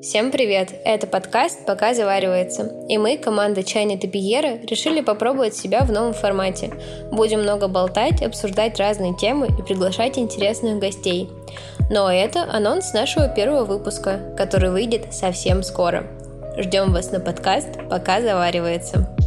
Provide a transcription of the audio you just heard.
Всем привет! Это подкаст «Пока заваривается». И мы, команда Чайной Топиера, решили попробовать себя в новом формате. Будем много болтать, обсуждать разные темы и приглашать интересных гостей. Но это анонс нашего первого выпуска, который выйдет совсем скоро. Ждем вас на подкаст «Пока заваривается».